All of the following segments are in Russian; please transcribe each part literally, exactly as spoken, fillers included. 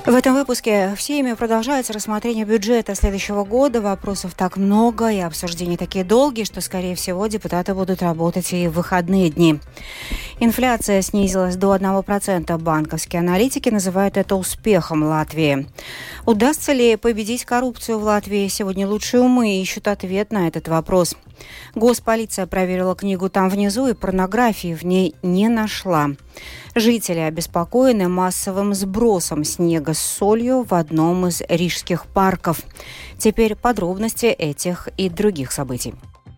В этом выпуске в Сейме продолжается рассмотрение бюджета следующего года. Вопросов так много и обсуждения такие долгие, что, скорее всего, депутаты будут работать и в выходные дни. Инфляция снизилась до одного процента. Банковские аналитики называют это успехом Латвии. Удастся ли победить коррупцию в Латвии? Сегодня лучшие умы ищут ответ на этот вопрос. Госполиция проверила книгу «Там внизу» и порнографии в ней не нашла. Жители обеспокоены массовым сбросом снега с солью в одном из рижских парков. Теперь подробности этих и других событий.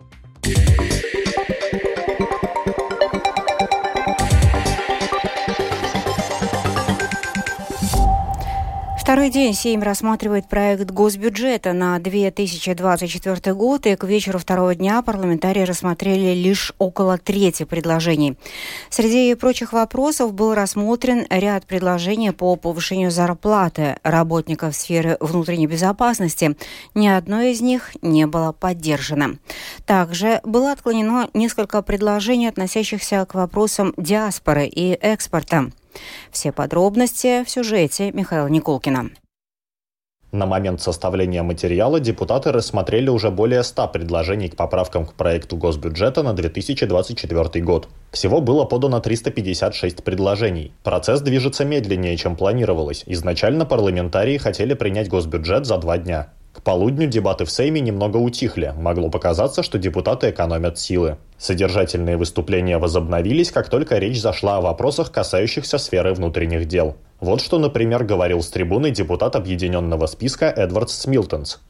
Второй день Сейм рассматривает проект госбюджета на две тысячи двадцать четвёртый год, и к вечеру второго дня парламентарии рассмотрели лишь около трети предложений. Среди прочих вопросов был рассмотрен ряд предложений по повышению зарплаты работников сферы внутренней безопасности. Ни одно из них не было поддержано. Также было отклонено несколько предложений, относящихся к вопросам диаспоры и экспорта. Все подробности в сюжете Михаила Никулкина. На момент составления материала депутаты рассмотрели уже более ста предложений к поправкам к проекту госбюджета на две тысячи двадцать четвёртый год. Всего было подано триста пятьдесят шесть предложений. Процесс движется медленнее, чем планировалось. Изначально парламентарии хотели принять госбюджет за два дня. К полудню дебаты в Сейме немного утихли. Могло показаться, что депутаты экономят силы. Содержательные выступления возобновились, как только речь зашла о вопросах, касающихся сферы внутренних дел. Вот что, например, говорил с трибуны депутат объединенного списка Эдвардс Смилтонс.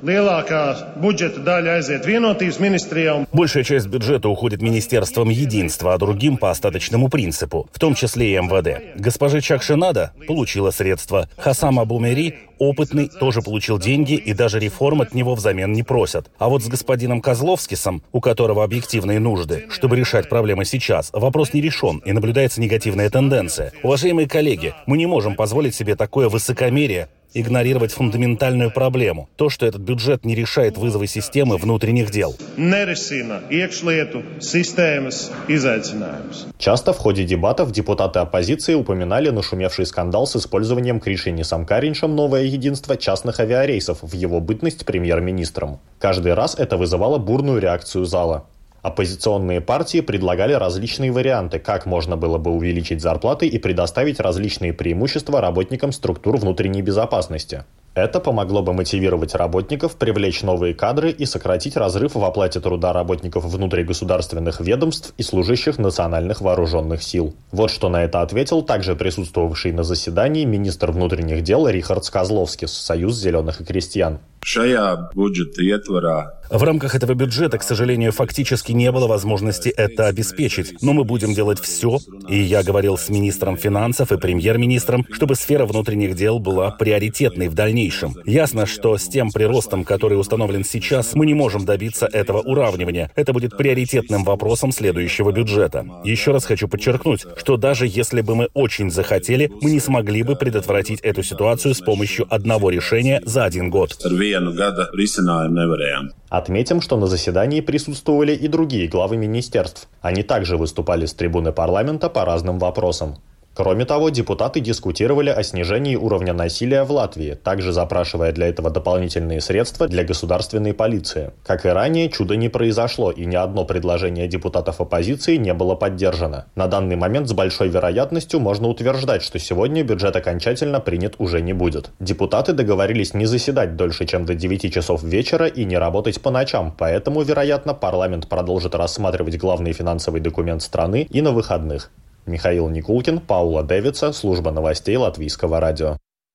Большая часть бюджета уходит Министерством единства, а другим по остаточному принципу, в том числе и эм вэ дэ. Госпожа Чакшинада получила средства. Хасам Абумери, опытный, тоже получил деньги, и даже реформ от него взамен не просят. А вот с господином Козловскисом, у которого объективные нужды, чтобы решать проблемы сейчас, вопрос не решен, и наблюдается негативная тенденция. Уважаемые коллеги, мы не можем позволить себе такое высокомерие, игнорировать фундаментальную проблему. То, что этот бюджет не решает вызовы системы внутренних дел. Часто в ходе дебатов депутаты оппозиции упоминали нашумевший скандал с использованием Кришини Самкариншем «Новое единство» частных авиарейсов в его бытность премьер-министром. Каждый раз это вызывало бурную реакцию зала. Оппозиционные партии предлагали различные варианты, как можно было бы увеличить зарплаты и предоставить различные преимущества работникам структур внутренней безопасности. Это помогло бы мотивировать работников, привлечь новые кадры и сократить разрыв в оплате труда работников внутригосударственных ведомств и служащих национальных вооруженных сил. Вот что на это ответил также присутствовавший на заседании министр внутренних дел Рихардс Козловскис, Союз зеленых и крестьян. В рамках этого бюджета, к сожалению, фактически не было возможности это обеспечить. Но мы будем делать все, и я говорил с министром финансов и премьер-министром, чтобы сфера внутренних дел была приоритетной в дальнейшем. Ясно, что с тем приростом, который установлен сейчас, мы не можем добиться этого уравнивания. Это будет приоритетным вопросом следующего бюджета. Еще раз хочу подчеркнуть, что даже если бы мы очень захотели, мы не смогли бы предотвратить эту ситуацию с помощью одного решения за один год. Отметим, что на заседании присутствовали и другие главы министерств. Они также выступали с трибуны парламента по разным вопросам. Кроме того, депутаты дискутировали о снижении уровня насилия в Латвии, также запрашивая для этого дополнительные средства для государственной полиции. Как и ранее, чуда не произошло, и ни одно предложение депутатов оппозиции не было поддержано. На данный момент с большой вероятностью можно утверждать, что сегодня бюджет окончательно принят уже не будет. Депутаты договорились не заседать дольше, чем до девяти часов вечера и не работать по ночам, поэтому, вероятно, парламент продолжит рассматривать главный финансовый документ страны и на выходных. Михаил Никулкин, Паула Дэвидса, служба новостей Латвийского радио.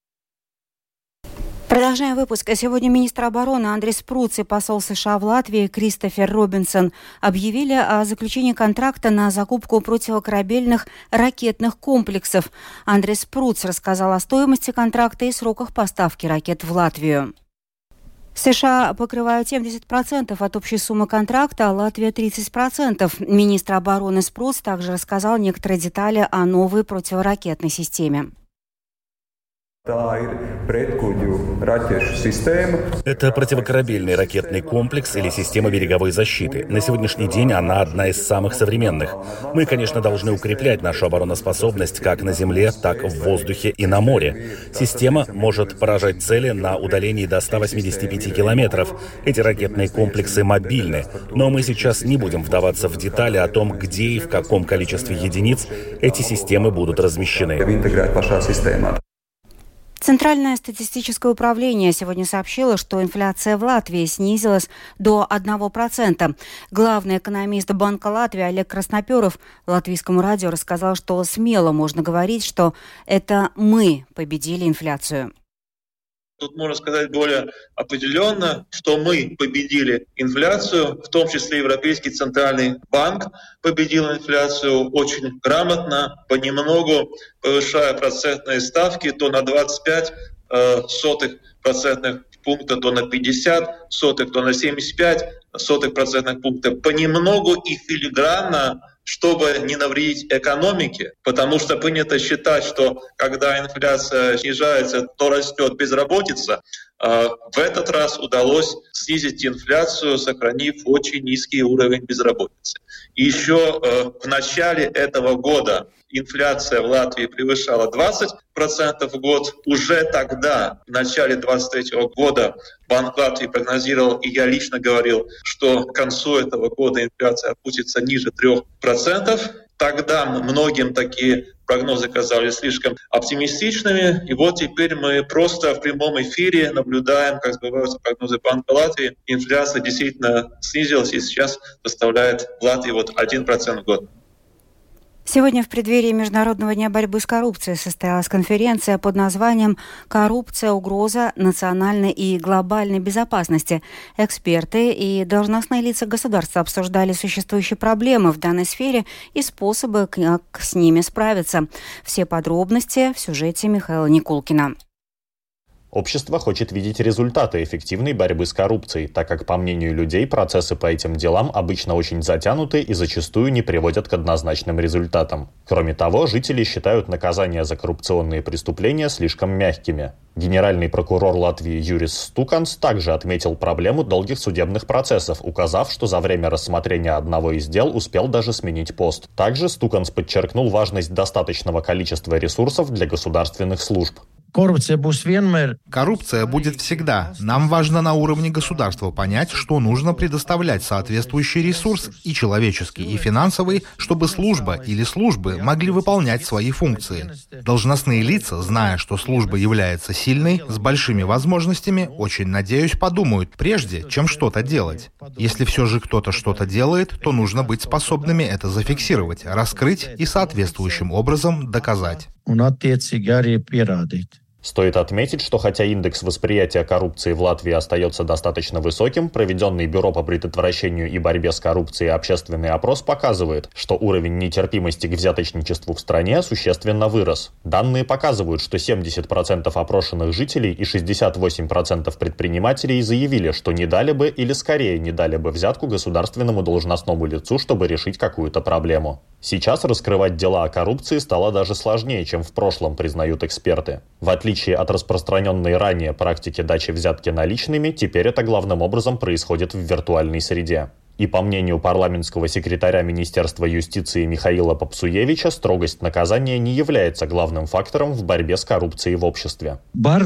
Продолжаем выпуск. Сегодня министр обороны Андрис Спруц и посол США в Латвии Кристофер Робинсон объявили о заключении контракта на закупку противокорабельных ракетных комплексов. Андрис Спруц рассказал о стоимости контракта и сроках поставки ракет в Латвию. США покрывают семьдесят процентов от общей суммы контракта, а Латвия тридцать процентов. Министр обороны Спруц также рассказал некоторые детали о новой противоракетной системе. Это противокорабельный ракетный комплекс или система береговой защиты. На сегодняшний день она одна из самых современных. Мы, конечно, должны укреплять нашу обороноспособность как на земле, так в воздухе и на море. Система может поражать цели на удалении до ста восьмидесяти пяти километров. Эти ракетные комплексы мобильны. Но мы сейчас не будем вдаваться в детали о том, где и в каком количестве единиц эти системы будут размещены. Центральное статистическое управление сегодня сообщило, что инфляция в Латвии снизилась до одного процента. Главный экономист Банка Латвии Олег Красноперов Латвийскому радио рассказал, что смело можно говорить, что это мы победили инфляцию. Тут можно сказать более определенно, что мы победили инфляцию, в том числе Европейский центральный банк победил инфляцию очень грамотно, понемногу повышая процентные ставки то на двадцать пять э, сотых процентных пункта, то на пятьдесят сотых, то на семьдесят пять сотых процентных пункта. Понемногу и филигранно, чтобы не навредить экономике, потому что принято считать, что когда инфляция снижается, то растет безработица. В этот раз удалось снизить инфляцию, сохранив очень низкий уровень безработицы. И еще в начале этого года инфляция в Латвии превышала двадцать процентов в год. Уже тогда, в начале двадцать третьего года, Банк Латвии прогнозировал, и я лично говорил, что к концу этого года инфляция опустится ниже трех процентов. Тогда многим такие прогнозы казались слишком оптимистичными. И вот теперь мы просто в прямом эфире наблюдаем, как сбываются прогнозы Банка Латвии. Инфляция действительно снизилась и сейчас составляет в Латвии вот один процент в год. Сегодня в преддверии Международного дня борьбы с коррупцией состоялась конференция под названием «Коррупция. Угроза национальной и глобальной безопасности». Эксперты и должностные лица государства обсуждали существующие проблемы в данной сфере и способы, как с ними справиться. Все подробности в сюжете Михаила Никулкина. Общество хочет видеть результаты эффективной борьбы с коррупцией, так как, по мнению людей, процессы по этим делам обычно очень затянуты и зачастую не приводят к однозначным результатам. Кроме того, жители считают наказания за коррупционные преступления слишком мягкими. Генеральный прокурор Латвии Юрис Стуканс также отметил проблему долгих судебных процессов, указав, что за время рассмотрения одного из дел успел даже сменить пост. Также Стуканс подчеркнул важность достаточного количества ресурсов для государственных служб. Коррупция будет всегда. Нам важно на уровне государства понять, что нужно предоставлять соответствующий ресурс, и человеческий, и финансовый, чтобы служба или службы могли выполнять свои функции. Должностные лица, зная, что служба является сильной, с большими возможностями, очень надеюсь, подумают, прежде чем что-то делать. Если все же кто-то что-то делает, то нужно быть способными это зафиксировать, раскрыть и соответствующим образом доказать. Стоит отметить, что хотя индекс восприятия коррупции в Латвии остается достаточно высоким, проведенный Бюро по предотвращению и борьбе с коррупцией общественный опрос показывает, что уровень нетерпимости к взяточничеству в стране существенно вырос. Данные показывают, что семьдесят процентов опрошенных жителей и шестьдесят восемь процентов предпринимателей заявили, что не дали бы или скорее не дали бы взятку государственному должностному лицу, чтобы решить какую-то проблему. Сейчас раскрывать дела о коррупции стало даже сложнее, чем в прошлом, признают эксперты. В отличие от распространенной ранее практики дачи взятки наличными, теперь это главным образом происходит в виртуальной среде. И по мнению парламентского секретаря Министерства юстиции Михаила Попсуевича, строгость наказания не является главным фактором в борьбе с коррупцией в обществе.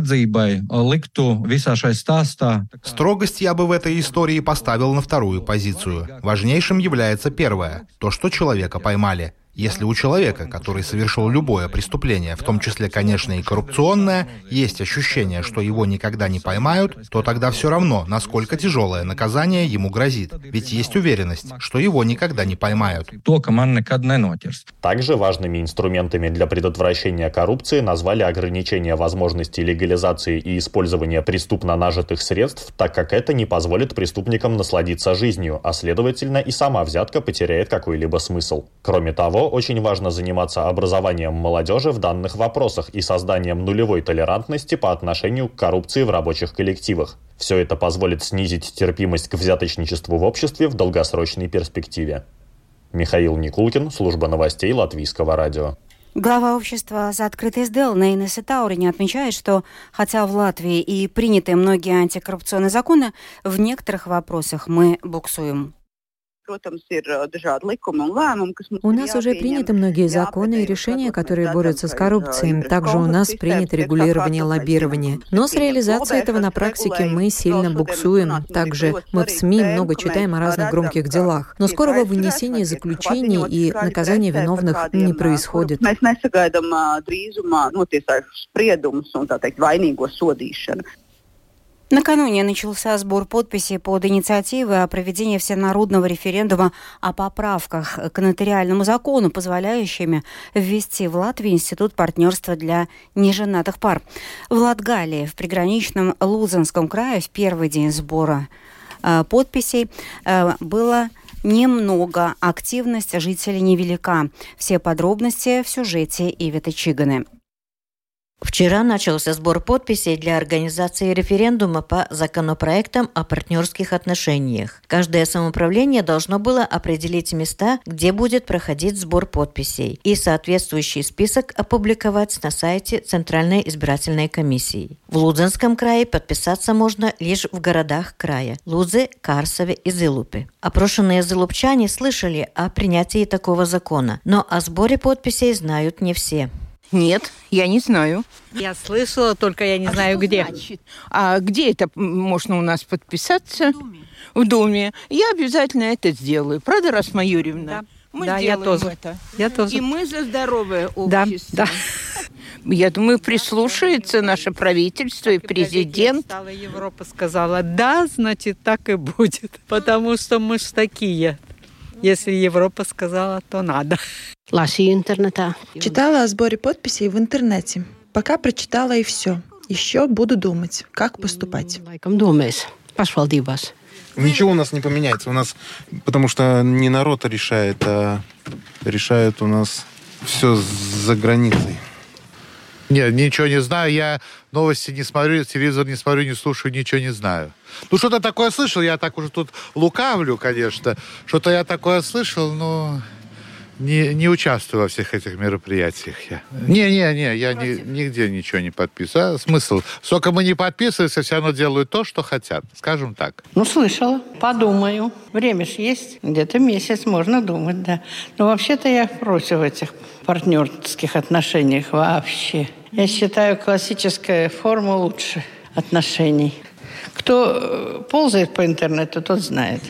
Строгость я бы в этой истории поставил на вторую позицию. Важнейшим является первое – то, что человека поймали. Если у человека, который совершил любое преступление, в том числе, конечно, и коррупционное, есть ощущение, что его никогда не поймают, то тогда все равно, насколько тяжелое наказание ему грозит. Ведь есть уверенность, что его никогда не поймают. Также важными инструментами для предотвращения коррупции назвали ограничение возможности легализации и использования преступно нажитых средств, так как это не позволит преступникам насладиться жизнью, а следовательно и сама взятка потеряет какой-либо смысл. Кроме того, очень важно заниматься образованием молодежи в данных вопросах и созданием нулевой толерантности по отношению к коррупции в рабочих коллективах. Все это позволит снизить терпимость к взяточничеству в обществе в долгосрочной перспективе. Михаил Никулкин, служба новостей Латвийского радио. Глава общества «За открытый СДЛ» Нейнеса Таурини отмечает, что хотя в Латвии и приняты многие антикоррупционные законы, в некоторых вопросах мы буксуем. У нас уже приняты многие законы и решения, которые борются с коррупцией. Также у нас принято регулирование лоббирования. Но с реализацией этого на практике мы сильно буксуем. Также мы в СМИ много читаем о разных громких делах. Но скорого вынесения заключений и наказания виновных не происходит. Накануне начался сбор подписей под инициативой о проведении всенародного референдума о поправках к нотариальному закону, позволяющими ввести в Латвии институт партнерства для неженатых пар. В Латгалии, в приграничном Лузенском крае, в первый день сбора э, подписей э, было немного, активность жителей невелика. Все подробности в сюжете Ивиты Чиганы. Вчера начался сбор подписей для организации референдума по законопроектам о партнерских отношениях. Каждое самоуправление должно было определить места, где будет проходить сбор подписей, и соответствующий список опубликовать на сайте Центральной избирательной комиссии. В Лудзенском крае подписаться можно лишь в городах края – Лудзе, Карсове и Зилупе. Опрошенные зилупчане слышали о принятии такого закона, но о сборе подписей знают не все. Нет, я не знаю. Я слышала, только я не а знаю где. Значит? А где это можно у нас подписаться? В Думе. В Думе. Я обязательно это сделаю. Правда, Расма Юрьевна? Да, мы да я тоже. это. Я тоже. И мы за здоровое общество. Да, да. Я думаю, прислушается наше правительство и президент. Стала Европа сказала, да, значит, так и будет. Потому что мы ж такие. Если Европа сказала, то надо. Читала о сборе подписей в интернете. Пока прочитала и все. Еще буду думать, как поступать. Ничего у нас не поменяется. У нас, потому что не народ решает, а решают у нас все за границей. Нет, ничего не знаю. Я новости не смотрю, телевизор не смотрю, не слушаю, ничего не знаю. Ну, что-то такое слышал. Я так уже тут лукавлю, конечно. Что-то я такое слышал, но не, не участвую во всех этих мероприятиях. Не-не-не, я ни, нигде ничего не подписываю. А смысл? Сколько мы не подписываемся, все равно делают то, что хотят. Скажем так. Ну, слышала. Подумаю. Время ж есть. Где-то месяц можно думать, да. Но вообще-то я против этих партнерских отношений вообще. Я считаю, классическая форма лучше отношений. Кто ползает по интернету, тот знает.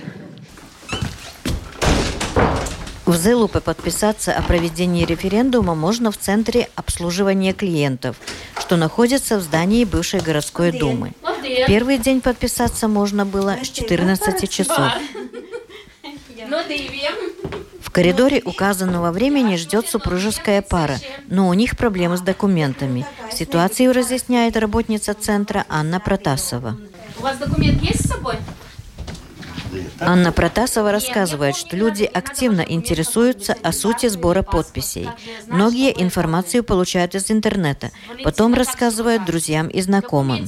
В Зилупе подписаться о проведении референдума можно в Центре обслуживания клиентов, что находится в здании бывшей городской думы. В первый день подписаться можно было с четырнадцати часов. В коридоре указанного времени ждет супружеская пара, но у них проблемы с документами. Ситуацию разъясняет работница центра Анна Протасова. У вас документ есть с собой? Анна Протасова рассказывает, что люди активно интересуются о сути сбора подписей. Многие информацию получают из интернета, потом рассказывают друзьям и знакомым.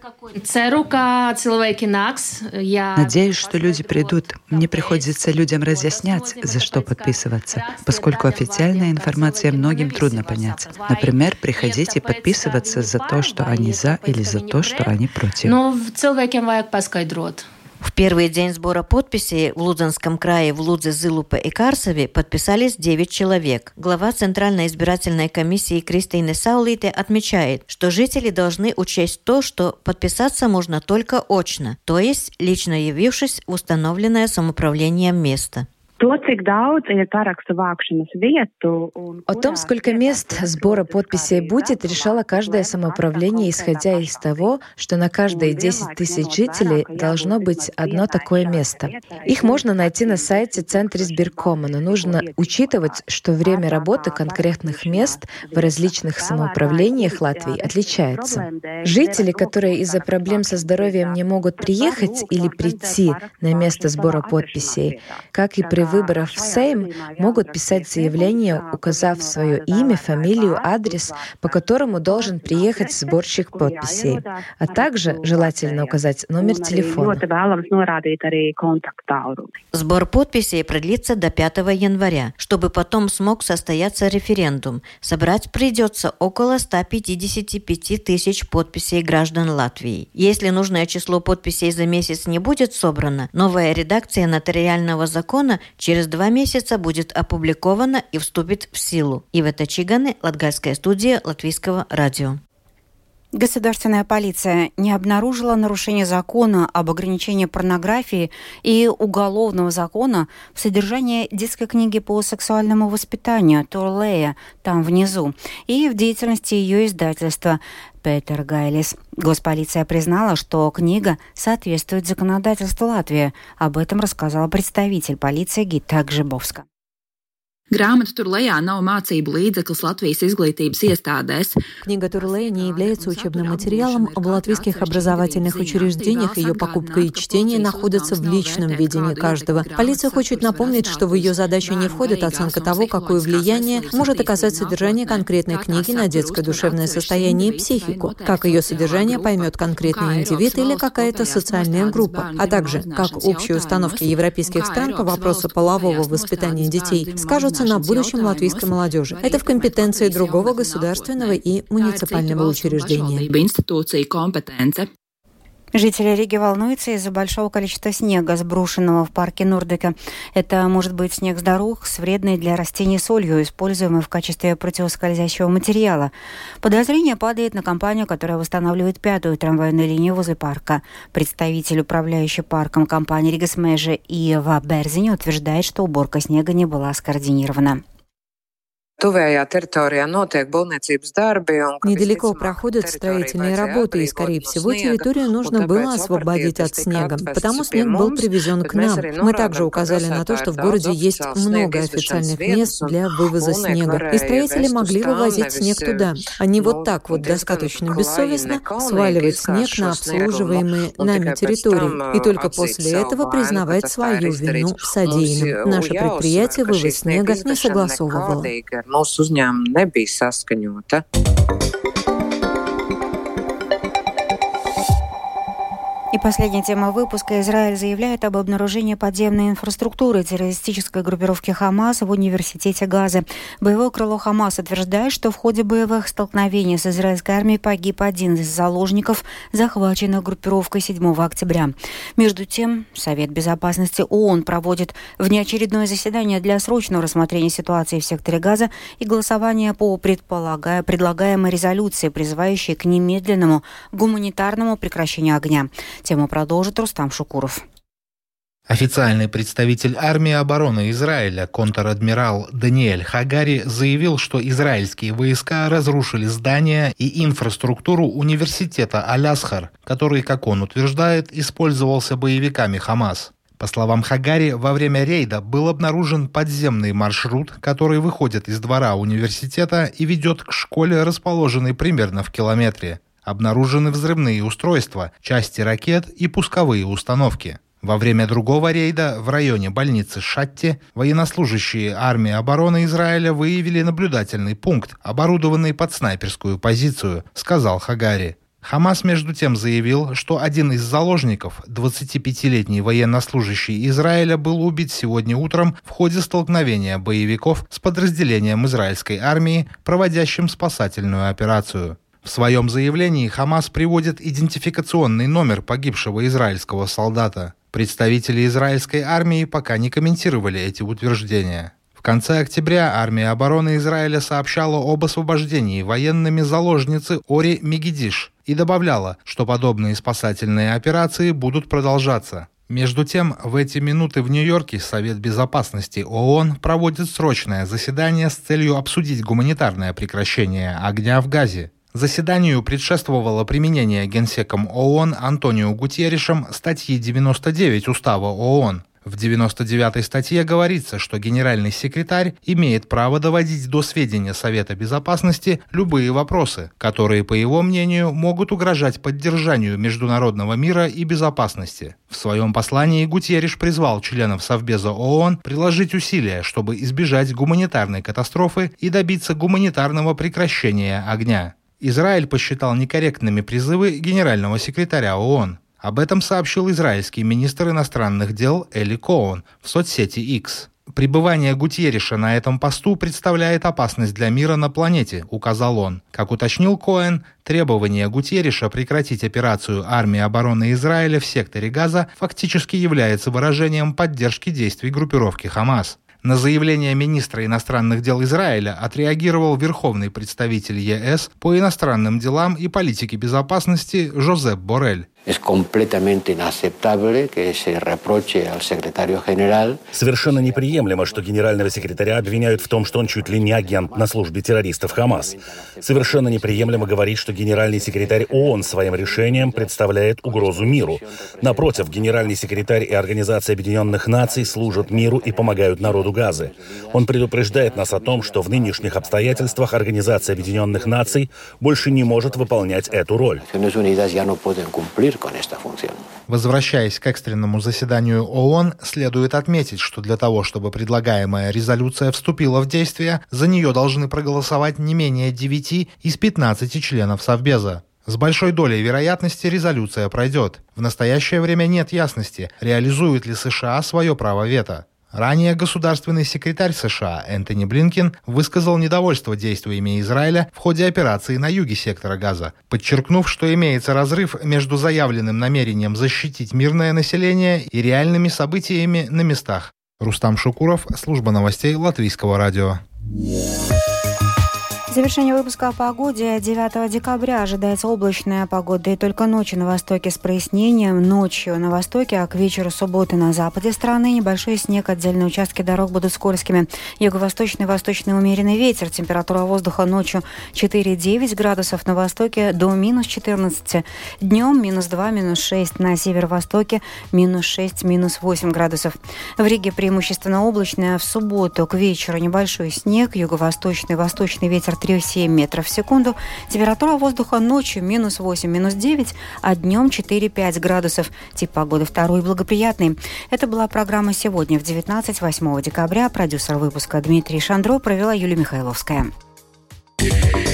Надеюсь, что люди придут. Мне приходится людям разъяснять, за что подписываться, поскольку официальная информация многим трудно понять. Например, приходите подписываться за то, что они за, или за то, что они против. В первый день сбора подписей в Лудзенском крае, в Лудзе, Зилупе и Карсове подписались девять человек. Глава Центральной избирательной комиссии Кристина Саулите отмечает, что жители должны учесть то, что подписаться можно только очно, то есть лично явившись в установленное самоуправлением место. О том, сколько мест сбора подписей будет, решало каждое самоуправление, исходя из того, что на каждые десять тысяч жителей должно быть одно такое место. Их можно найти на сайте Центра избиркома, но нужно учитывать, что время работы конкретных мест в различных самоуправлениях Латвии отличается. Жители, которые из-за проблем со здоровьем не могут приехать или прийти на место сбора подписей, как и при выборов в Сейм, могут писать заявление, указав свое имя, фамилию, адрес, по которому должен приехать сборщик подписей, а также желательно указать номер телефона. Сбор подписей продлится до пятого января, чтобы потом смог состояться референдум. Собрать придется около ста пятидесяти пяти тысяч подписей граждан Латвии. Если нужное число подписей за месяц не будет собрано, новая редакция нотариального закона через два месяца будет опубликована и вступит в силу. Ивета Чиганы, Латгальская студия Латвийского радио. Государственная полиция не обнаружила нарушения закона об ограничении порнографии и уголовного закона в содержании детской книги по сексуальному воспитанию «Турлея» там внизу и в деятельности ее издательства «Петер Гайлис». Госполиция признала, что книга соответствует законодательству Латвии. Об этом рассказала представитель полиции Гита Гжибовска. Грамота Турлея nav mācību līdzeklis Latvijas izglītības iestādēs. Книга Турлея не является учебным материалом в латвийских образовательных учреждениях. Ее покупка и чтение находятся в личном видении каждого. Полиция хочет напомнить, что в ее задачу не входит оценка того, какое влияние может оказать содержание конкретной книги на детское душевное состояние и психику, как ее содержание поймет конкретный индивид или какая-то социальная группа, а также как общие установки европейских стран по вопросу полового воспитания детей скажутся на будущем латвийской молодежи. Это в компетенции другого государственного и муниципального учреждения. Жители Риги волнуются из-за большого количества снега, сброшенного в парке Нордека. Это может быть снег с дорог с вредной для растений солью, используемой в качестве противоскользящего материала. Подозрение падает на компанию, которая восстанавливает пятую трамвайную линию возле парка. Представитель, управляющий парком компании Ригасмежи Иева Берзини, утверждает, что уборка снега не была скоординирована. Недалеко проходят строительные работы, и, скорее всего, территорию нужно было освободить от снега, потому снег был привезен к нам. Мы также указали на то, что в городе есть много официальных мест для вывоза снега, и строители могли вывозить снег туда, а не вот так вот достаточно бессовестно сваливать снег на обслуживаемые нами территории, и только после этого признавать свою вину в содеянном. Наше предприятие вывоз снега не согласовывало. Mūsu uzņēmuma nebija saskaņota. И последняя тема выпуска. Израиль заявляет об обнаружении подземной инфраструктуры террористической группировки «Хамас» в университете Газы. Боевое крыло «Хамас» утверждает, что в ходе боевых столкновений с израильской армией погиб один из заложников, захваченных группировкой седьмого октября. Между тем, Совет безопасности ООН проводит внеочередное заседание для срочного рассмотрения ситуации в секторе Газа и голосования по предполагая, предлагаемой резолюции, призывающей к немедленному гуманитарному прекращению огня. Тему продолжит Рустам Шукуров. Официальный представитель армии обороны Израиля, контр-адмирал Даниэль Хагари, заявил, что израильские войска разрушили здания и инфраструктуру университета Аль-Асхар, который, как он утверждает, использовался боевиками Хамас. По словам Хагари, во время рейда был обнаружен подземный маршрут, который выходит из двора университета и ведет к школе, расположенной примерно в километре. Обнаружены взрывные устройства, части ракет и пусковые установки. Во время другого рейда в районе больницы Шатти военнослужащие армии обороны Израиля выявили наблюдательный пункт, оборудованный под снайперскую позицию, сказал Хагари. Хамас, между тем, заявил, что один из заложников, двадцатипятилетний военнослужащий Израиля, был убит сегодня утром в ходе столкновения боевиков с подразделением израильской армии, проводящим спасательную операцию. В своем заявлении Хамас приводит идентификационный номер погибшего израильского солдата. Представители израильской армии пока не комментировали эти утверждения. В конце октября армия обороны Израиля сообщала об освобождении военными заложницы Ори Мегидиш и добавляла, что подобные спасательные операции будут продолжаться. Между тем, в эти минуты в Нью-Йорке Совет безопасности ООН проводит срочное заседание с целью обсудить гуманитарное прекращение огня в Газе. Заседанию предшествовало применение генсеком ООН Антонио Гутерришем статьи девяносто девять Устава ООН. В девяносто девятой статье говорится, что генеральный секретарь имеет право доводить до сведения Совета Безопасности любые вопросы, которые, по его мнению, могут угрожать поддержанию международного мира и безопасности. В своем послании Гутьерриш призвал членов Совбеза ООН приложить усилия, чтобы избежать гуманитарной катастрофы и добиться гуманитарного прекращения огня. Израиль посчитал некорректными призывы генерального секретаря ООН. Об этом сообщил израильский министр иностранных дел Эли Коэн в соцсети X. Пребывание Гутьерриша на этом посту представляет опасность для мира на планете, указал он. Как уточнил Коэн, требование Гутьерриша прекратить операцию армии обороны Израиля в секторе Газа фактически является выражением поддержки действий группировки Хамас. На заявление министра иностранных дел Израиля отреагировал верховный представитель ЕС по иностранным делам и политике безопасности Жозеп Боррель. Совершенно неприемлемо, что генерального секретаря обвиняют в том, что он чуть ли не агент на службе террористов Хамас. Совершенно неприемлемо говорить, что генеральный секретарь ООН своим решением представляет угрозу миру. Напротив, генеральный секретарь и Организация Объединенных Наций служат миру и помогают народу Газы. Он предупреждает нас о том, что в нынешних обстоятельствах Организация Объединенных Наций больше не может выполнять эту роль. Возвращаясь к экстренному заседанию ООН, следует отметить, что для того, чтобы предлагаемая резолюция вступила в действие, за нее должны проголосовать не менее девяти из пятнадцати членов Совбеза. С большой долей вероятности резолюция пройдет. В настоящее время нет ясности, реализует ли США свое право вето. Ранее государственный секретарь США Энтони Блинкен высказал недовольство действиями Израиля в ходе операции на юге сектора Газа, подчеркнув, что имеется разрыв между заявленным намерением защитить мирное население и реальными событиями на местах. Рустам Шукуров, служба новостей Латвийского радио. Завершение выпуска о погоде. девятого декабря ожидается облачная погода и только ночью на востоке с прояснением. Ночью на востоке, а к вечеру субботы на западе страны небольшой снег, отдельные участки дорог будут скользкими. Юго-восточный, восточный умеренный ветер. Температура воздуха ночью четыре-девять градусов, на востоке до минус четырнадцать. Днем минус два, минус шесть. На северо-востоке минус шесть, минус восемь градусов. В Риге преимущественно облачно. В субботу к вечеру небольшой снег. Юго-восточный, восточный ветер три-семь метров в секунду. Температура воздуха ночью минус восемь, минус девять, а днем четыре-пять градусов. Тип погоды второй благоприятный. Это была программа «Сегодня» в девятнадцать, восьмого декабря. Продюсер выпуска Дмитрий Шандро, провела Юлия Михайловская.